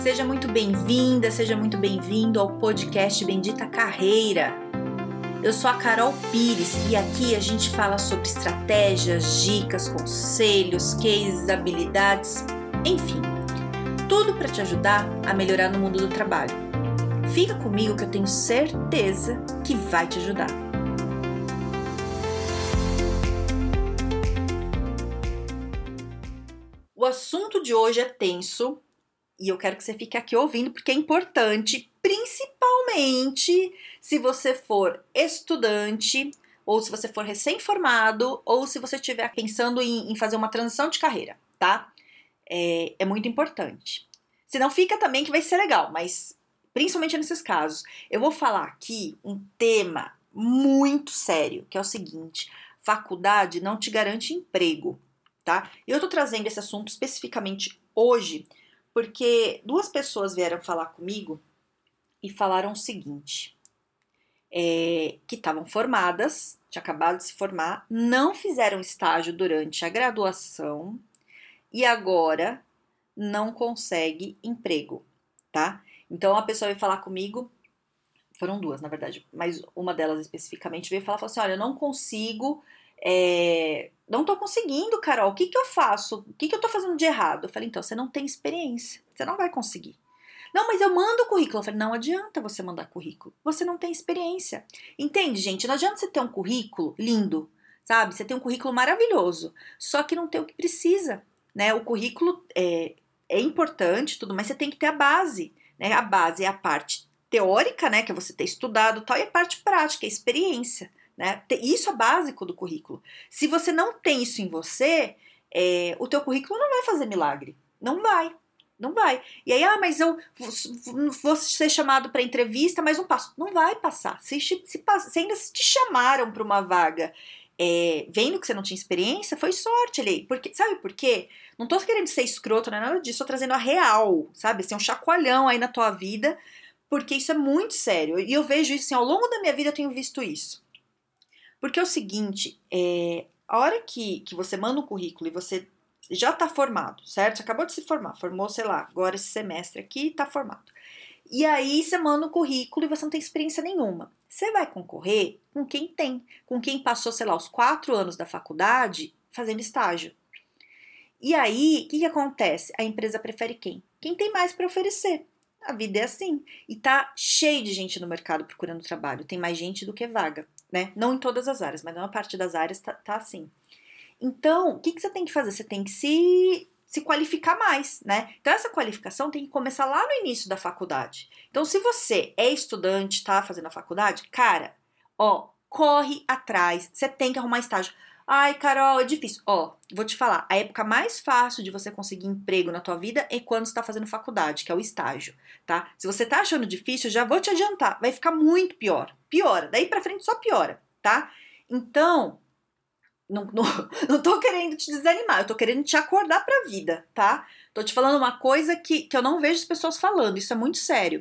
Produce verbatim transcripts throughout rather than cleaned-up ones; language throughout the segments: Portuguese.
Seja muito bem-vinda, seja muito bem-vindo ao podcast Bendita Carreira. Eu sou a Carol Pires e aqui a gente fala sobre estratégias, dicas, conselhos, cases, habilidades, enfim, tudo para te ajudar a melhorar no mundo do trabalho. Fica comigo que eu tenho certeza que vai te ajudar. O assunto de hoje é tenso e eu quero que você fique aqui ouvindo porque é importante, principalmente se você for estudante ou se você for recém-formado ou se você estiver pensando em, em fazer uma transição de carreira, tá? É, é muito importante. Se não fica também que vai ser legal, mas principalmente nesses casos. Eu vou falar aqui um tema muito sério, que é o seguinte: faculdade não te garante emprego, tá? Eu tô trazendo esse assunto especificamente hoje porque duas pessoas vieram falar comigo e falaram o seguinte, é, que estavam formadas, tinham acabado de se formar, não fizeram estágio durante a graduação e agora não consegue emprego, tá? Então a pessoa veio falar comigo, foram duas na verdade, mas uma delas especificamente veio falar, falou assim, olha, eu não consigo... É, não tô conseguindo, Carol, o que que eu faço? O que que eu tô fazendo de errado? Eu falei, então, você não tem experiência, você não vai conseguir. Não, mas eu mando o currículo. Eu falei, não adianta você mandar currículo, você não tem experiência. Entende, gente? Não adianta você ter um currículo lindo, sabe? Você tem um currículo maravilhoso, só que não tem o que precisa, né? O currículo é, é importante, tudo, mas você tem que ter a base, né? A base é a parte teórica, né? Que é você ter estudado e tal, e a parte prática, a experiência. Né? Isso é básico do currículo. Se você não tem isso em você, é, o teu currículo não vai fazer milagre. Não vai. Não vai. E aí, ah, mas eu vou ser chamado para entrevista, mas não passo. Não vai passar. Se, se, se ainda te chamaram para uma vaga é, vendo que você não tinha experiência, foi sorte ali. Porque, sabe por quê? Não tô querendo ser escroto, não é nada disso. Tô trazendo a real, sabe? Assim, um chacoalhão aí na tua vida, porque isso é muito sério. E eu vejo isso, assim, ao longo da minha vida eu tenho visto isso. Porque é o seguinte, é, a hora que, que você manda um currículo e você já está formado, certo? Você acabou de se formar, formou, sei lá, agora esse semestre aqui está formado. E aí você manda um currículo e você não tem experiência nenhuma. Você vai concorrer com quem tem, com quem passou, sei lá, os quatro anos da faculdade fazendo estágio. E aí, o que, que acontece? A empresa prefere quem? Quem tem mais para oferecer. A vida é assim. E tá cheio de gente no mercado procurando trabalho. Tem mais gente do que vaga. Né? Não em todas as áreas, mas na maior parte das áreas tá, tá assim. Então, o que, que você tem que fazer? Você tem que se, se qualificar mais, né? Então, essa qualificação tem que começar lá no início da faculdade. Então, se você é estudante, tá fazendo a faculdade, cara, ó, corre atrás, você tem que arrumar estágio. Ai, Carol, é difícil. Ó, vou te falar, a época mais fácil de você conseguir emprego na tua vida é quando você tá fazendo faculdade, que é o estágio, tá? Se você tá achando difícil, já vou te adiantar, vai ficar muito pior. Piora, daí pra frente só piora, tá? Então, não, não, não tô querendo te desanimar, eu tô querendo te acordar pra vida, tá? Tô te falando uma coisa que, que eu não vejo as pessoas falando, isso é muito sério.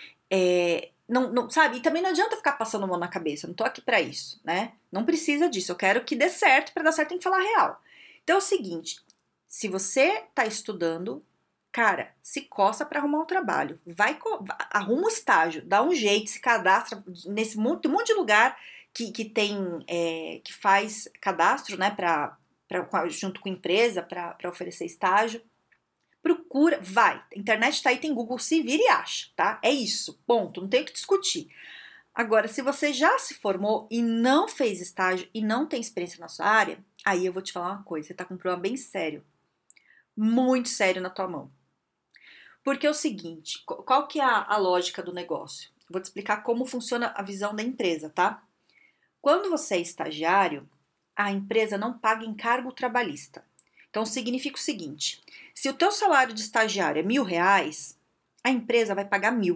É... Não, não, sabe? E também não adianta ficar passando a mão na cabeça, eu não tô aqui pra isso, né? Não precisa disso, eu quero que dê certo, pra dar certo tem que falar real. Então é o seguinte, se você tá estudando, cara, se coça pra arrumar um trabalho, vai, arruma um estágio, dá um jeito, se cadastra nesse monte, um monte de lugar que, que tem, é, que faz cadastro, né, pra, pra, junto com a empresa pra, pra oferecer estágio. Procura, vai, a internet tá aí, tem Google, se vira e acha, tá? É isso, ponto, não tem o que discutir. Agora, se você já se formou e não fez estágio e não tem experiência na sua área, aí eu vou te falar uma coisa, você tá com um problema bem sério, muito sério na tua mão. Porque é o seguinte, qual que é a, a lógica do negócio? Vou te explicar como funciona a visão da empresa, tá? Quando você é estagiário, a empresa não paga encargo trabalhista. Então, significa o seguinte, se o teu salário de estagiário é mil reais, a empresa vai pagar mil,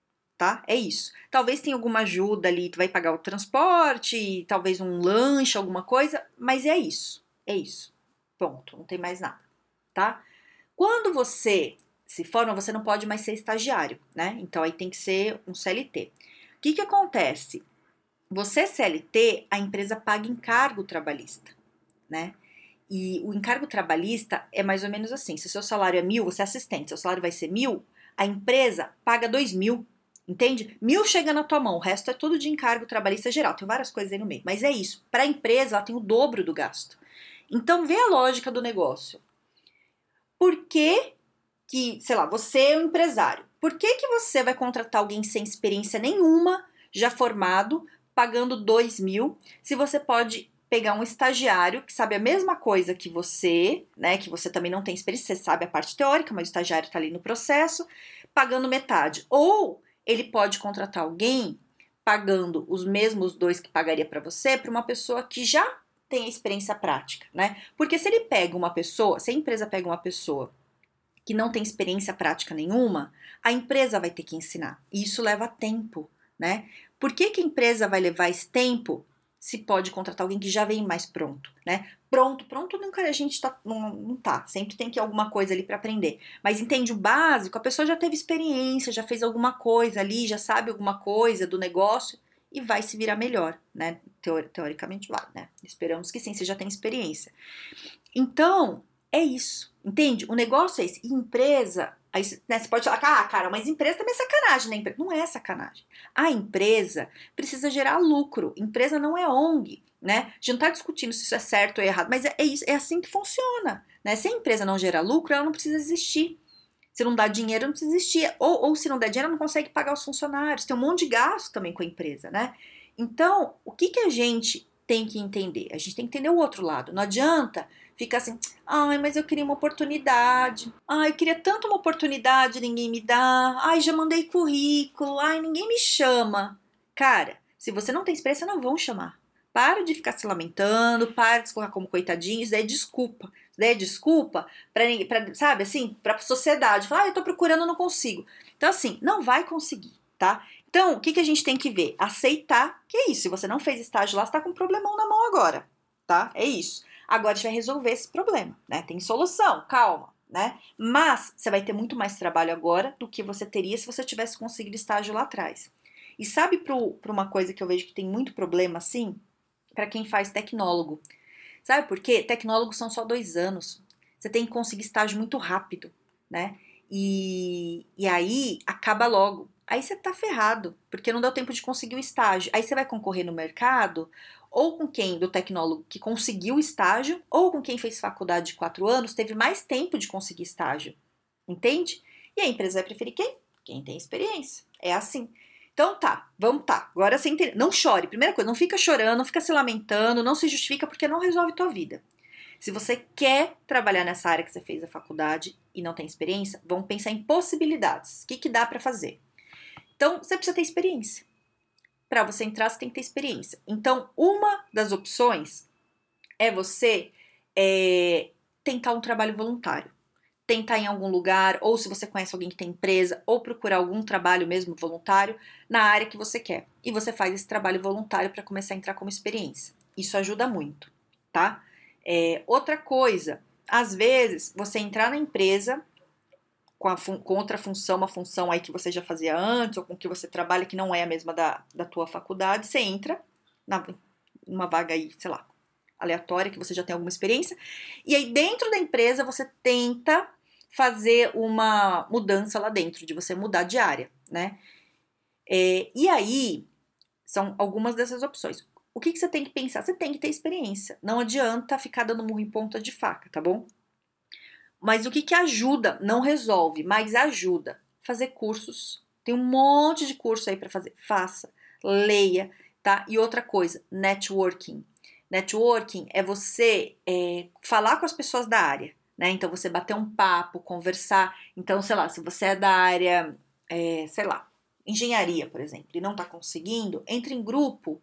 tá? É isso. Talvez tenha alguma ajuda ali, tu vai pagar o transporte, talvez um lanche, alguma coisa, mas é isso, é isso. Ponto, não tem mais nada, tá? Quando você se forma, você não pode mais ser estagiário, né? Então, aí tem que ser um C L T. O que que acontece? Você é C L T, a empresa paga encargo trabalhista, né? E o encargo trabalhista é mais ou menos assim, se o seu salário é mil, você é assistente, seu salário vai ser mil, A empresa paga dois mil, entende? Mil chega na tua mão, o resto é tudo de encargo trabalhista geral. Tem várias coisas aí no meio, mas é isso. Para a empresa, ela tem o dobro do gasto. Então, vê a lógica do negócio. Por que que, sei lá, você é um empresário. Por que que você vai contratar alguém sem experiência nenhuma, já formado, pagando dois mil, se você pode pegar um estagiário que sabe a mesma coisa que você, né, que você também não tem experiência, você sabe a parte teórica, mas o estagiário está ali no processo, pagando metade. Ou ele pode contratar alguém pagando os mesmos dois que pagaria para você, para uma pessoa que já tem a experiência prática, né? Porque se ele pega uma pessoa, se a empresa pega uma pessoa que não tem experiência prática nenhuma, a empresa vai ter que ensinar. E isso leva tempo, né? Por que que a empresa vai levar esse tempo se pode contratar alguém que já vem mais pronto, né? Pronto, pronto nunca a gente tá, não, não tá. Sempre tem que ir alguma coisa ali para aprender. Mas entende o básico, a pessoa já teve experiência, já fez alguma coisa ali, já sabe alguma coisa do negócio e vai se virar melhor, né? Teori- teoricamente vai, né? Esperamos que sim, você já tem experiência. Então, é isso, entende? O negócio é esse. E empresa, aí, né, você pode falar, ah, cara, mas empresa também é sacanagem, né? Não é sacanagem. A empresa precisa gerar lucro. Empresa não é O N G, né? A gente não tá discutindo se isso é certo ou errado, mas é, é, isso, é assim que funciona, né? Se a empresa não gera lucro, ela não precisa existir. Se não dá dinheiro, não precisa existir. Ou, ou se não der dinheiro, ela não consegue pagar os funcionários. Tem um monte de gasto também com a empresa, né? Então, o que que a gente tem que entender? A gente tem que entender o outro lado. Não adianta ficar assim, ai, mas eu queria uma oportunidade. Ai, eu queria tanto uma oportunidade, ninguém me dá. Ai, já mandei currículo. Ai, ninguém me chama. Cara, se você não tem experiência, não vão chamar. Para de ficar se lamentando, para de se colocar como coitadinho, isso daí é desculpa. Isso daí é desculpa pra, pra, sabe, assim, pra sociedade. Falar, ah, eu tô procurando, não consigo. Então, assim, não vai conseguir, tá? Então, o que, que a gente tem que ver? Aceitar que é isso. Se você não fez estágio lá, você tá com um problemão na mão agora, tá? É isso. Agora a gente vai resolver esse problema, né? Tem solução, calma, né? Mas você vai ter muito mais trabalho agora do que você teria se você tivesse conseguido estágio lá atrás. E sabe para uma coisa que eu vejo que tem muito problema, assim? Para quem faz tecnólogo. Sabe por quê? Tecnólogos são só dois anos. Você tem que conseguir estágio muito rápido, né? E, e aí acaba logo. Aí você tá ferrado, porque não deu tempo de conseguir o estágio. Aí você vai concorrer no mercado, ou com quem do tecnólogo que conseguiu o estágio, ou com quem fez faculdade de quatro anos, teve mais tempo de conseguir estágio. Entende? E a empresa vai preferir quem? Quem tem experiência. É assim. Então tá, vamos tá. Agora você entende. Não chore. Primeira coisa, não fica chorando, não fica se lamentando, não se justifica porque não resolve tua vida. Se você quer trabalhar nessa área que você fez a faculdade e não tem experiência, vamos pensar em possibilidades. O que, que dá para fazer? Então, você precisa ter experiência. Para você entrar, você tem que ter experiência. Então, uma das opções é você é, tentar um trabalho voluntário. Tentar em algum lugar, ou se você conhece alguém que tem empresa, ou procurar algum trabalho mesmo voluntário na área que você quer. E você faz esse trabalho voluntário para começar a entrar como experiência. Isso ajuda muito, tá? É, outra coisa, às vezes, você entrar na empresa com, a fun- com outra função, uma função aí que você já fazia antes, ou com que você trabalha que não é a mesma da, da tua faculdade, você entra na, numa vaga aí, sei lá, aleatória, que você já tem alguma experiência, e aí dentro da empresa você tenta fazer uma mudança lá dentro, de você mudar de área, né? É, e aí, são algumas dessas opções. O que, que você tem que pensar? Você tem que ter experiência. Não adianta ficar dando murro em ponta de faca, tá bom? Mas o que, que ajuda? Não resolve, mas ajuda. Fazer cursos. Tem um monte de curso aí para fazer. Faça, leia, tá? E outra coisa, networking. Networking é você é, falar com as pessoas da área, né? Então, você bater um papo, conversar. Então, sei lá, se você é da área, é, sei lá, engenharia, por exemplo, e não tá conseguindo, entre em grupo,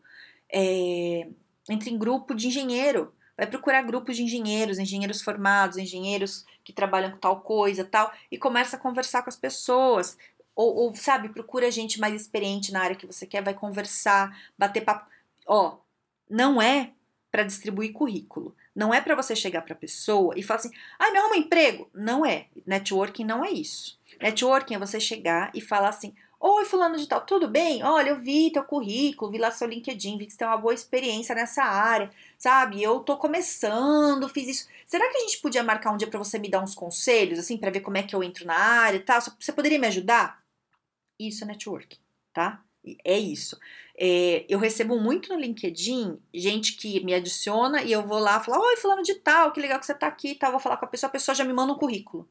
é, entre em grupo de engenheiro. Vai procurar grupos de engenheiros, engenheiros formados, engenheiros que trabalham com tal coisa, tal, e começa a conversar com as pessoas. Ou, ou, sabe, procura gente mais experiente na área que você quer, vai conversar, bater papo. Ó, não é para distribuir currículo. Não é para você chegar para a pessoa e falar assim, ai, me arruma um emprego. Não é. Networking não é isso. Networking é você chegar e falar assim, Oi, fulano de tal, tudo bem? Olha, eu vi teu currículo, vi lá seu LinkedIn, vi que você tem uma boa experiência nessa área, sabe? Eu tô começando, fiz isso. Será que a gente podia marcar um dia pra você me dar uns conselhos, assim, pra ver como é que eu entro na área e tal? Você poderia me ajudar? Isso é networking, tá? É isso. É, eu recebo muito no LinkedIn gente que me adiciona e eu vou lá falar, oi, fulano de tal, que legal que você tá aqui e tal. Vou falar com a pessoa, a pessoa já me manda um currículo.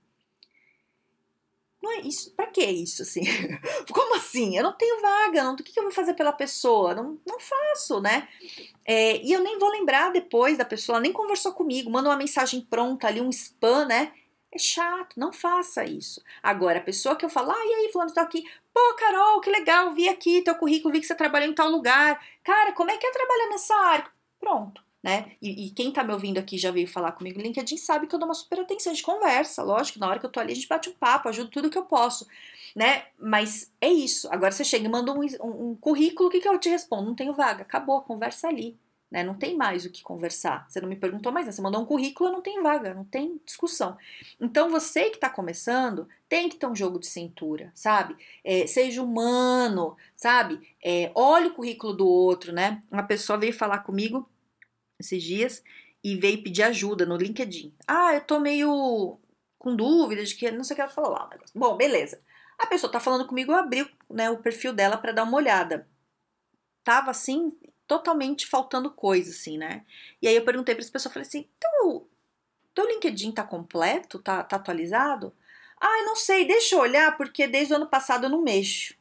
Não é isso, pra que isso, assim? Como assim? Eu não tenho vaga, não, o que, que eu vou fazer pela pessoa? Não, não faço, né? É, e eu nem vou lembrar depois da pessoa, ela nem conversou comigo, manda uma mensagem pronta ali, um spam, né? É chato, não faça isso. Agora, a pessoa que eu falo, ah, e aí, fulano, tô aqui. Pô, Carol, que legal, vi aqui teu currículo, vi que você trabalhou em tal lugar. Cara, como é que é trabalhar nessa área? Pronto, né? E, e quem tá me ouvindo aqui já veio falar comigo no LinkedIn sabe que eu dou uma super atenção, a gente conversa, lógico, na hora que eu tô ali a gente bate um papo, ajudo tudo que eu posso, né? Mas é isso. Agora você chega e manda um, um, um currículo, o que que eu te respondo? Não tenho vaga, acabou, conversa ali. Né? Não tem mais o que conversar. Você não me perguntou mais, né? Você mandou um currículo, não tem vaga, não tem discussão. Então você que está começando tem que ter um jogo de cintura, sabe? É, seja humano, sabe? É, olhe o currículo do outro, né? Uma pessoa veio falar comigo esses dias e veio pedir ajuda no LinkedIn. Ah, eu tô meio com dúvida de que não sei o que ela falou lá. O negócio. Bom, beleza. A pessoa tá falando comigo, eu abri, né, o perfil dela para dar uma olhada. Tava assim, totalmente faltando coisa, assim, né? E aí eu perguntei para essa pessoa, falei assim, teu, teu LinkedIn tá completo? Tá, tá atualizado? Ah, não sei, deixa eu olhar, porque desde o ano passado eu não mexo.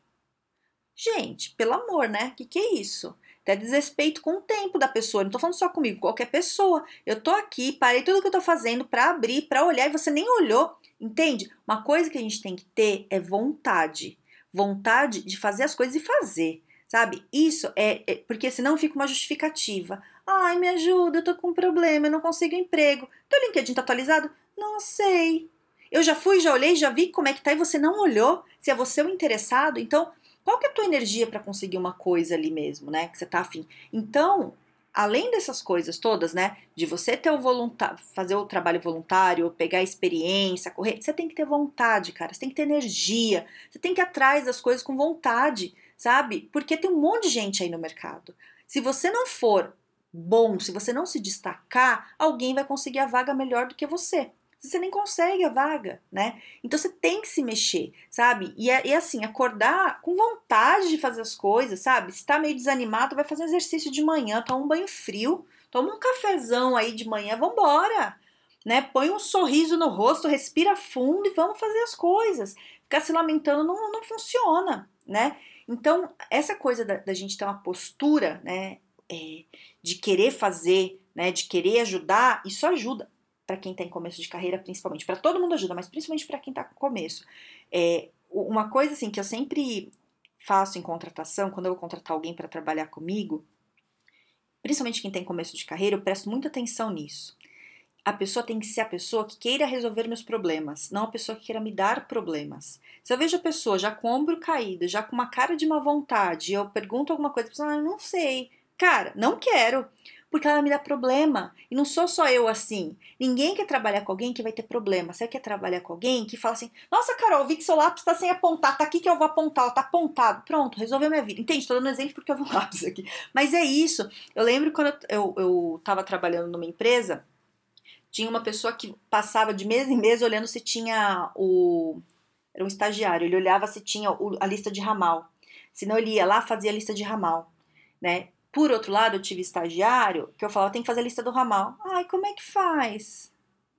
Gente, pelo amor, né? O que, que é isso? Até desrespeito com o tempo da pessoa. Não tô falando só comigo, qualquer pessoa. Eu tô aqui, parei tudo que eu tô fazendo pra abrir, pra olhar, e você nem olhou. Entende? Uma coisa que a gente tem que ter é vontade. Vontade de fazer as coisas e fazer. Sabe? Isso é, é porque senão fica uma justificativa. Ai, me ajuda, eu tô com um problema, eu não consigo emprego. Teu LinkedIn tá atualizado? Não sei. Eu já fui, já olhei, já vi como é que tá e você não olhou. Se é você o interessado, então qual que é a tua energia para conseguir uma coisa ali mesmo, né? Que você tá afim. Então, além dessas coisas todas, né? De você ter o voluntário, fazer o trabalho voluntário, pegar a experiência, correr, você tem que ter vontade, cara. Você tem que ter energia. Você tem que ir atrás das coisas com vontade, sabe? Porque tem um monte de gente aí no mercado. Se você não for bom, se você não se destacar, alguém vai conseguir a vaga melhor do que você. Você nem consegue a vaga, né? Então você tem que se mexer, sabe? E é, e assim, acordar com vontade de fazer as coisas, sabe? Se tá meio desanimado, vai fazer exercício de manhã, toma um banho frio, toma um cafezão aí de manhã, vambora, né? Põe um sorriso no rosto, respira fundo e vamos fazer as coisas. Ficar se lamentando não, não funciona, né? Então, essa coisa da, da gente ter uma postura, né? É, de querer fazer, né? De querer ajudar, isso ajuda. Para quem está em começo de carreira, principalmente. Para todo mundo ajuda, mas principalmente para quem está com começo. É, uma coisa assim que eu sempre faço em contratação, quando eu vou contratar alguém para trabalhar comigo, principalmente quem tem começo de carreira, eu presto muita atenção nisso. A pessoa tem que ser a pessoa que queira resolver meus problemas, não a pessoa que queira me dar problemas. Se eu vejo a pessoa já com o ombro caído, já com uma cara de má vontade, e eu pergunto alguma coisa, a pessoa, ah, não sei. Cara, não quero. Porque ela me dá problema. E não sou só eu assim. Ninguém quer trabalhar com alguém que vai ter problema. Você quer trabalhar com alguém que fala assim, nossa, Carol, vi que seu lápis tá sem apontar. Tá aqui que eu vou apontar. Ó, tá apontado. Pronto, resolveu minha vida. Entende? Tô dando um exemplo porque eu vi um lápis aqui. Mas é isso. Eu lembro quando eu, eu, eu tava trabalhando numa empresa, tinha uma pessoa que passava de mês em mês olhando se tinha o... Era um estagiário. Ele olhava se tinha o, a lista de ramal. Senão ele ia lá, fazia a lista de ramal, né? Por outro lado, eu tive estagiário que eu falava, tem que fazer a lista do ramal. Ai, como é que faz?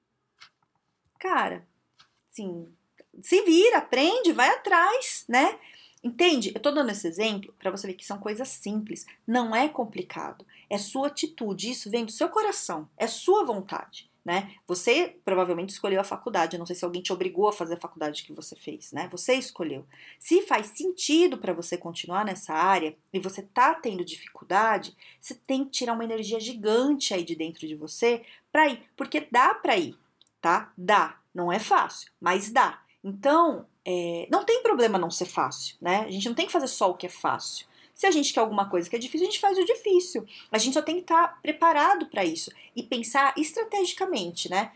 Cara, assim, se vira, aprende, vai atrás, né? Entende? Eu tô dando esse exemplo para você ver que são coisas simples, não é complicado. É sua atitude, isso vem do seu coração, é sua vontade. Né? Você provavelmente escolheu a faculdade, eu não sei se alguém te obrigou a fazer a faculdade que você fez, né? Você escolheu. Se faz sentido para você continuar nessa área e você tá tendo dificuldade, você tem que tirar uma energia gigante aí de dentro de você para ir, porque dá para ir, tá? Dá, não é fácil, mas dá. Então, é, não tem problema não ser fácil, né? A gente não tem que fazer só o que é fácil. Se a gente quer alguma coisa que é difícil, a gente faz o difícil. A gente só tem que estar preparado para isso e pensar estrategicamente, né? O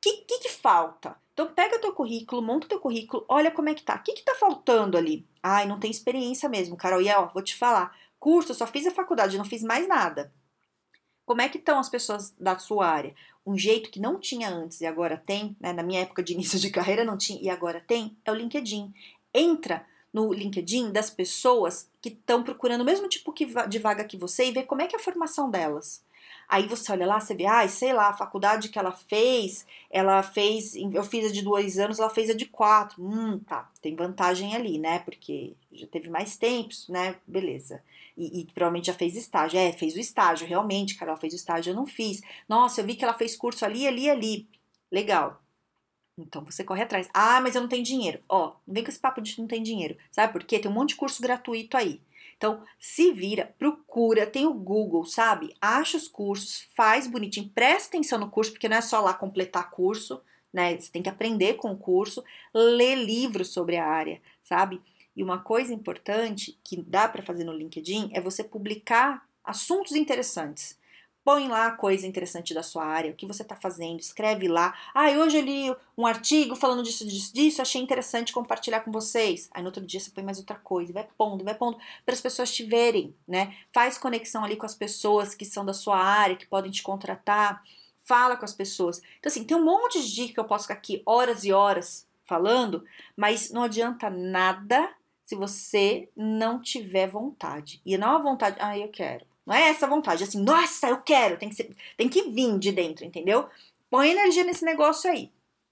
que, que, que falta? Então pega teu currículo, monta teu currículo, olha como é que tá. O que que tá faltando ali? Ai, não tem experiência mesmo, Carol. E ó, vou te falar, curso, eu só fiz a faculdade, não fiz mais nada. Como é que estão as pessoas da sua área? Um jeito que não tinha antes e agora tem, né? Na minha época de início de carreira não tinha e agora tem, é o LinkedIn. Entra no LinkedIn das pessoas que estão procurando o mesmo tipo de vaga que você e vê como é que é a formação delas. Aí você olha lá, você vê, ai, sei lá, a faculdade que ela fez, ela fez, eu fiz a de dois anos, ela fez a de quatro. Hum, tá, tem vantagem ali, né? Porque já teve mais tempos, né? Beleza. E, e provavelmente já fez estágio. É, fez o estágio, realmente, cara, ela fez o estágio, eu não fiz. Nossa, eu vi que ela fez curso ali, ali, ali. Legal. Então você corre atrás. Ah, mas eu não tenho dinheiro. Ó, não vem com esse papo de não tem dinheiro. Sabe por quê? Tem um monte de curso gratuito aí. Então, se vira, procura, tem o Google, sabe? Acha os cursos, faz bonitinho, presta atenção no curso, porque não é só lá completar curso, né? Você tem que aprender com o curso, ler livros sobre a área, sabe? E uma coisa importante que dá para fazer no LinkedIn é você publicar assuntos interessantes. Põe lá coisa interessante da sua área, o que você está fazendo, escreve lá. Ah, hoje eu li um artigo falando disso, disso, disso, achei interessante compartilhar com vocês. Aí no outro dia você põe mais outra coisa, vai pondo, vai pondo, para as pessoas te verem, né? Faz conexão ali com as pessoas que são da sua área, que podem te contratar, fala com as pessoas. Então assim, tem um monte de dica que eu posso ficar aqui horas e horas falando, mas não adianta nada se você não tiver vontade. E não a vontade, ah, eu quero. Não é essa vontade, assim, nossa, eu quero, tem que ser, tem que vir de dentro, entendeu? Põe energia nesse negócio aí.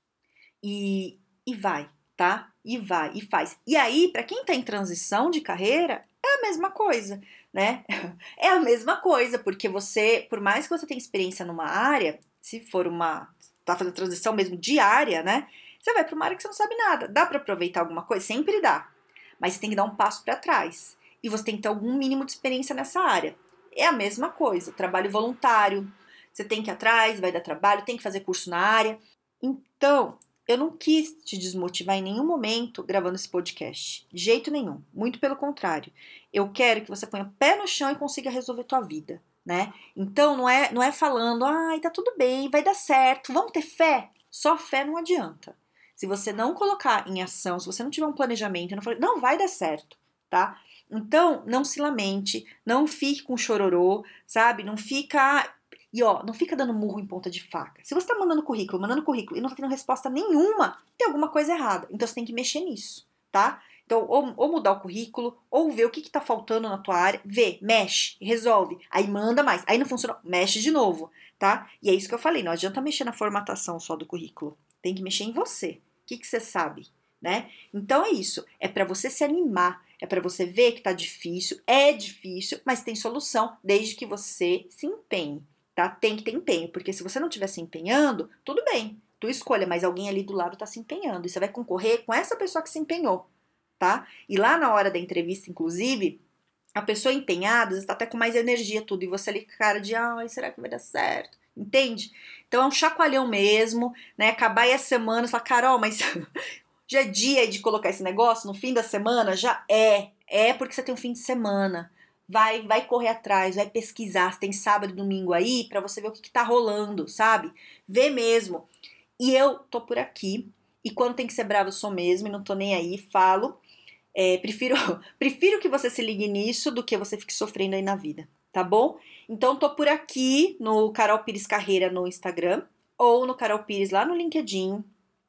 E, e vai, tá? E vai, e faz. E aí, pra quem tá em transição de carreira, é a mesma coisa, né? É a mesma coisa, porque você, por mais que você tenha experiência numa área, se for uma, tá fazendo transição mesmo diária, né? Você vai pra uma área que você não sabe nada. Dá pra aproveitar alguma coisa? Sempre dá. Mas você tem que dar um passo pra trás. E você tem que ter algum mínimo de experiência nessa área. É a mesma coisa, trabalho voluntário, você tem que ir atrás, vai dar trabalho, tem que fazer curso na área. Então, eu não quis te desmotivar em nenhum momento gravando esse podcast, de jeito nenhum, muito pelo contrário. Eu quero que você ponha o pé no chão e consiga resolver tua vida, né? Então, não é, não é falando, ai, tá tudo bem, vai dar certo, vamos ter fé. Só fé não adianta. Se você não colocar em ação, se você não tiver um planejamento, não, for, não vai dar certo, tá? Então, não se lamente, não fique com chororô, sabe? Não fica... E ó, não fica dando murro em ponta de faca. Se você tá mandando currículo, mandando currículo e não tá tendo resposta nenhuma, tem alguma coisa errada. Então, você tem que mexer nisso, tá? Então, ou, ou mudar o currículo, ou ver o que que tá faltando na tua área, vê, mexe, resolve. Aí manda mais. Aí não funciona, mexe de novo, tá? E é isso que eu falei, não adianta mexer na formatação só do currículo. Tem que mexer em você. O que que você sabe, né? Então, é isso. É pra você se animar. É para você ver que tá difícil, é difícil, mas tem solução, desde que você se empenhe, tá? Tem que ter empenho, porque se você não estiver se empenhando, tudo bem, tu escolha, mas alguém ali do lado tá se empenhando, e você vai concorrer com essa pessoa que se empenhou, tá? E lá na hora da entrevista, inclusive, a pessoa empenhada está até com mais energia, tudo, e você ali com cara de, ai, será que vai dar certo? Entende? Então é um chacoalhão mesmo, né? Acabar aí a semana, você fala, Carol, mas... Já é dia de colocar esse negócio no fim da semana? Já é. É porque você tem um fim de semana. Vai, vai correr atrás, vai pesquisar. Você tem sábado e domingo aí pra você ver o que, que tá rolando, sabe? Vê mesmo. E eu tô por aqui. E quando tem que ser bravo, eu sou mesmo. E não tô nem aí, falo. É, prefiro, prefiro que você se ligue nisso do que você fique sofrendo aí na vida, tá bom? Então tô por aqui no Carol Pires Carreira no Instagram. Ou no Carol Pires lá no LinkedIn.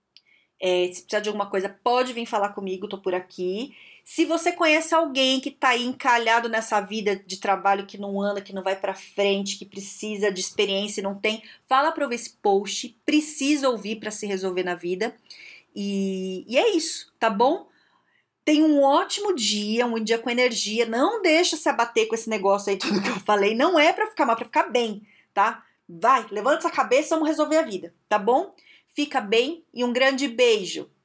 É, se precisar de alguma coisa, pode vir falar comigo, tô por aqui. Se você conhece alguém que tá aí encalhado nessa vida de trabalho que não anda, que não vai pra frente, que precisa de experiência e não tem, fala pra eu ver esse post, precisa ouvir pra se resolver na vida. E, e é isso, tá bom? Tenha um ótimo dia, um dia com energia, não deixa se abater com esse negócio aí, tudo que eu falei, não é pra ficar mal, é pra ficar bem, tá? Vai, levanta essa cabeça, vamos resolver a vida, tá bom? Fica bem e um grande beijo.